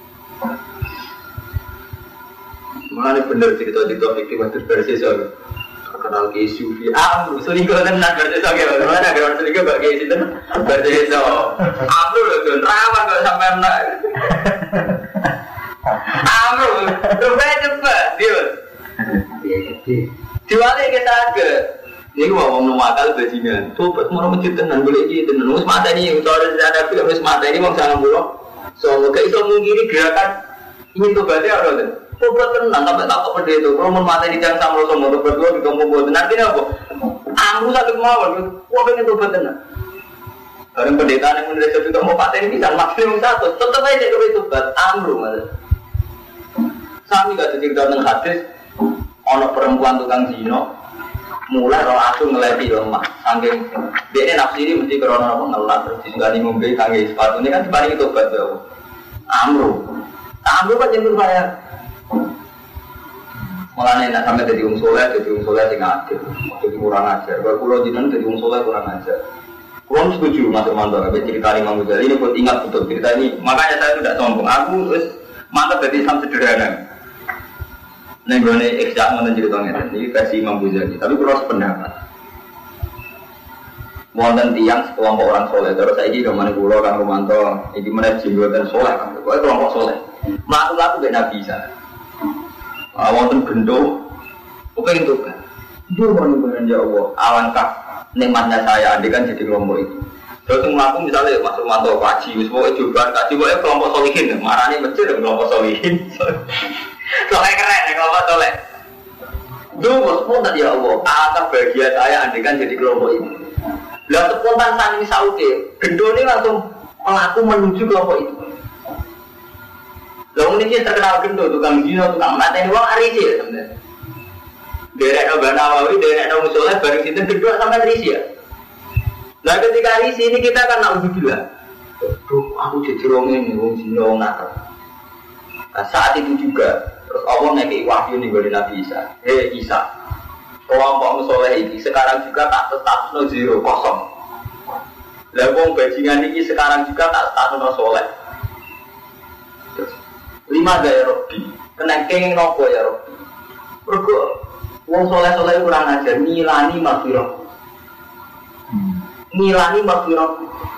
Mana benar cerita-cerita fikih waktu bersisa. Kenal kiai sufi amru, selingkuh tenan bersisa kayak mana? Ada orang selingkuh gak kiai situ bersisa. Amru loh, rawan kalau sampai nak. Amru, rupanya cepat, dia. Diwali kita ke, ini mau ngomong akal bajingan. Sobat mau masjid tenan boleh gitu, tenan. Mus mata ini, soalnya ada film mus mata ini mau sangat buruk. So, kayak itu mengiri gerakan ini tuh berarti apa tuh? Sobat tenan sampai tak apa dia itu. Kalau mau mata ini jangan sama sama sobat berdua di kampung buat nanti apa? Amru sakit mawar, wah pengen sobat tenan. Orang pendeta yang menulis itu mau paten ini bisa maksimum satu, tetap aja kalau itu sobat amru malah. Sami gak cerita tentang hadis, ono perempuan tukang zino, mulai roh aku ngeleti lemah, saking dia nafsi ini mesti kerana apa ngelat terus juga di ngombe kangge sepatu ini kan dibanding itu obat bau. Amru, amru kan jentur saya. Mulanya nak sampai jadi um soleh, jadi um soleh sing adil, jadi kurang ajar. Kalau pulau jinan jadi um soleh kurang ajar. Kurang setuju masuk mantap, tapi cerita ini Imam Ghazali ini buat ingat betul cerita ini. Makanya saya tidak sombong, aku terus mantap dari Islam sederhana. Nih gue nih eksak mau ceritanya ini versi Imam Ghazali, tapi kurang sependapat. Wonten tiang sekelompok orang soleh, terus saya ini kemana pulau kan Romanto, ini mana jenggot dan soleh, kan? Pokoknya kelompok soleh. Melakukan itu tidak bisa. Wonten gendong, bukan itu kan? Dia mau nungguin ya Allah, alangkah nikmatnya saya, andai kan jadi kelompok itu. Terus melakukan misalnya masuk Romanto kaji, semua juga kaji, pokoknya kelompok solihin, marahnya masjid kelompok solihin. Soleh keren ya kelompok soleh. Dulu spontan ya Allah, alangkah bahagia saya andai kan jadi kelompok ini. Lah spontan saking sauke, gendong ini langsung melaku menuju kelompok itu. Lah ini terkenal gendong, tukang zina, tukang mata ini wong arisi ya sebenarnya. Derek Nabi Nawawi, derek Nabi Soleh, bareng sinten gendong sampai arisi ya. Lah ketika arisi ini kita kan naudzubillah. Tuh, aku jadi rongeng, wong Cina wong nakal. Nah, saat itu juga, terus Allah ngekei wahyu nih dari Nabi Isa. Hei Isa, kelompokmu soleh ini sekarang juga tak status no zero, kosong. Lah wong bajingan ini sekarang juga tak status no soleh. Terus, lima gaya Robbi, kena kenging nopo ya Robbi. Mergo wong soleh-soleh kurang ajar, ngilani maghfirah. Ngilani maghfirah.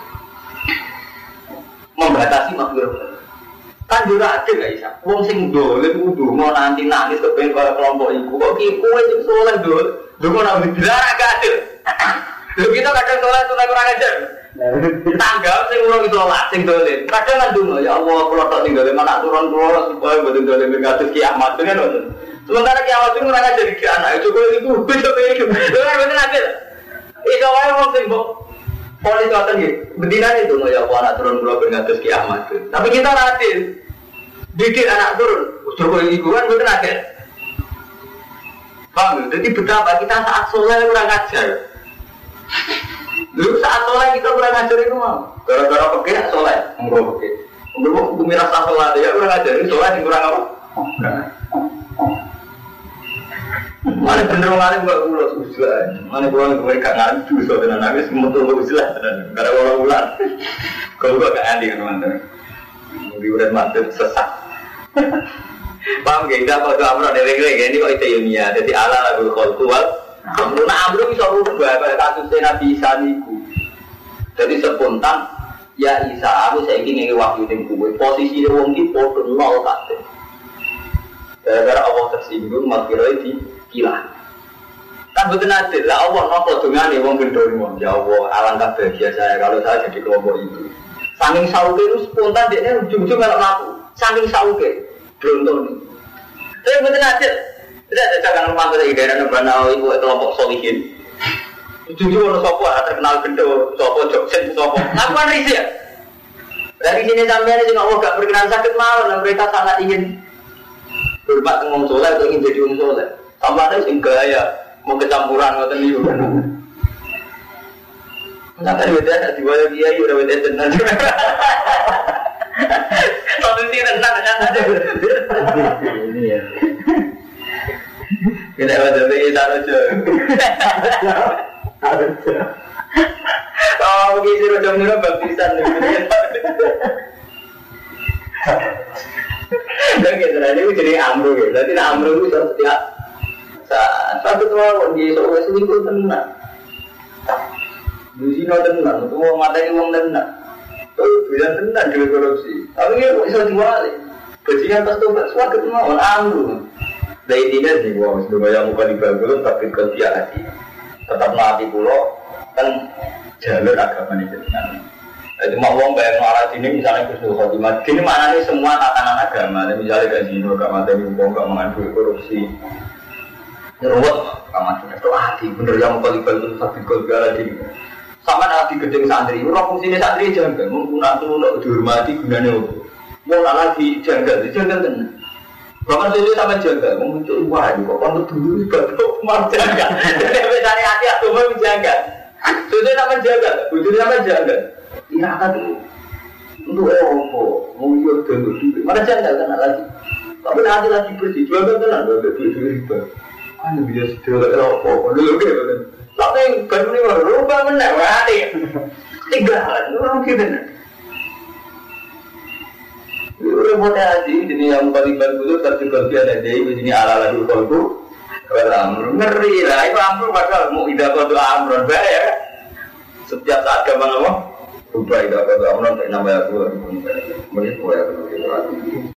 Membatasi maghfirah. Kan juga adil gak bisa. Wong sing dolen kudu mau nanti nangis kepen kaya kelompok iku. Kok ki kowe sing soleh dol, ndonga nang dilarang gak adil. Lho kita kadang soleh soleh kurang ajar. Tanggap sing urung salat sing dolen. Kadang kan ndonga ya Allah kula tok ning dolen anak turun kula supaya boten dolen ngatus kiamat kan ngono. Sementara kiamat itu kurang ajar iki anak itu kowe iku coba iki. Lho kan boten adil. Iso wae wong sing mbok polis ngoten iki. Bendina itu ya Allah anak turun kula ben ngatus kiamat. Tapi kita adil. Didik anak turun, coba ibu kan betul ada. Paham? Jadi betapa kita saat soleh kurang ajar. Dulu saat soleh kita kurang ajar itu mau. Gara-gara pakai soleh, enggak pakai. Enggak bumi rasa soleh ya kurang ajar. Ini soleh yang kurang apa? Mana bener ngalim enggak ulas usulan. Mana pulang mereka ngalim dulu soalnya nangis memutul usulan. Karena orang ulan. Kalau gua gak andi kan teman-teman. Diurat mantep sesak. Paham gak? Kita kalau amro dereng-dereng ini kok itu ilmiah. Jadi ala lagu khulkual. Amro nak amro bisa rubah pada kasusnya Nabi Isa niku. Jadi spontan ya Isa, aku saya ingin ngewakil tim kue. Posisi wong iki podo nol kabeh. Gara-gara Allah tersinggung, makiroi dikilah. Kan betul adil lah Allah nopo dongane wong gendong. Ya Allah, alangkah bahagia saya kalau saya jadi kelompok itu. Saking sauke itu spontan dia ujung-ujung melok laku. Saking sauke berontok nih. Tapi betul adil. Tidak ada jangan rumah kita di daerah Nebanau itu kelompok solihin. Ujung-ujung orang sopo terkenal gendong, sopo joksen, sopo. Lakukan risi ya. Dari sini sampai ini Allah gak berkenan sakit malu dan mereka sangat ingin hormat ngomong soleh atau ingin jadi orang soleh. Tambah ada sing gaya mau kecampuran atau niu. Nanti beda ada di bawah dia, udah beda tenang. Kalau ini tenang, tenang aja. Ini ya. Kita ada beda aja. Ada. Oh, begitu rojo murah baptisan. Dan kita ini jadi amru ya. Berarti amru itu setiap saat satu tahun di Sulawesi selingkuh tenang. Di sini tenang, semua materi uang tenang. Oh, bilang tenang juga korupsi. Tapi dia kok bisa diwali. Bajingan pas tobat suatu ketemu orang amru. Dari intinya sih, wah, sebelum yang muka dibangun tapi kerja hati. Tetap mati pulau kan jalur agama ini dengan. Jadi mau uang bayar malah sini misalnya Kusnul Khotimah. Ini mana nih semua tatanan agama. Misalnya gaji itu gak mati uang gak mengandung korupsi. Ngeruat gak mati itu hati. Bener yang muka dibangun tapi kerja lagi. Sama nanti gedeng santri, orang fungsinya santri jaga, menggunakan untuk dihormati gunanya apa? Mau lagi jaga, jaga tenang. Bahkan sesuai sama jaga, muncul wah, kok kamu dulu batuk mau jaga. Jadi cari hati atau mau jaga. Sesuai sama jaga, sesuai sama jaga. Iya kan untuk apa? Mau ikut dulu, mana jaga kan lagi. Tapi nanti lagi bersih, jaga tenang, jaga bersih riba. Anu biasa sudah apa? Dulu kan. Tapi baru ini baru rubah benar, hati tinggalan, orang kita nih. Udah buatnya aja, ini yang balik-balik dulu, tapi kalau dia ada di sini ala-ala dulu kalau itu, kalau amrun ngeri lah, itu amrun padahal mau idah kalau amrun bayar. Setiap saat gampang apa? Rubah idah kalau amrun tak nambah aku, mungkin boleh aku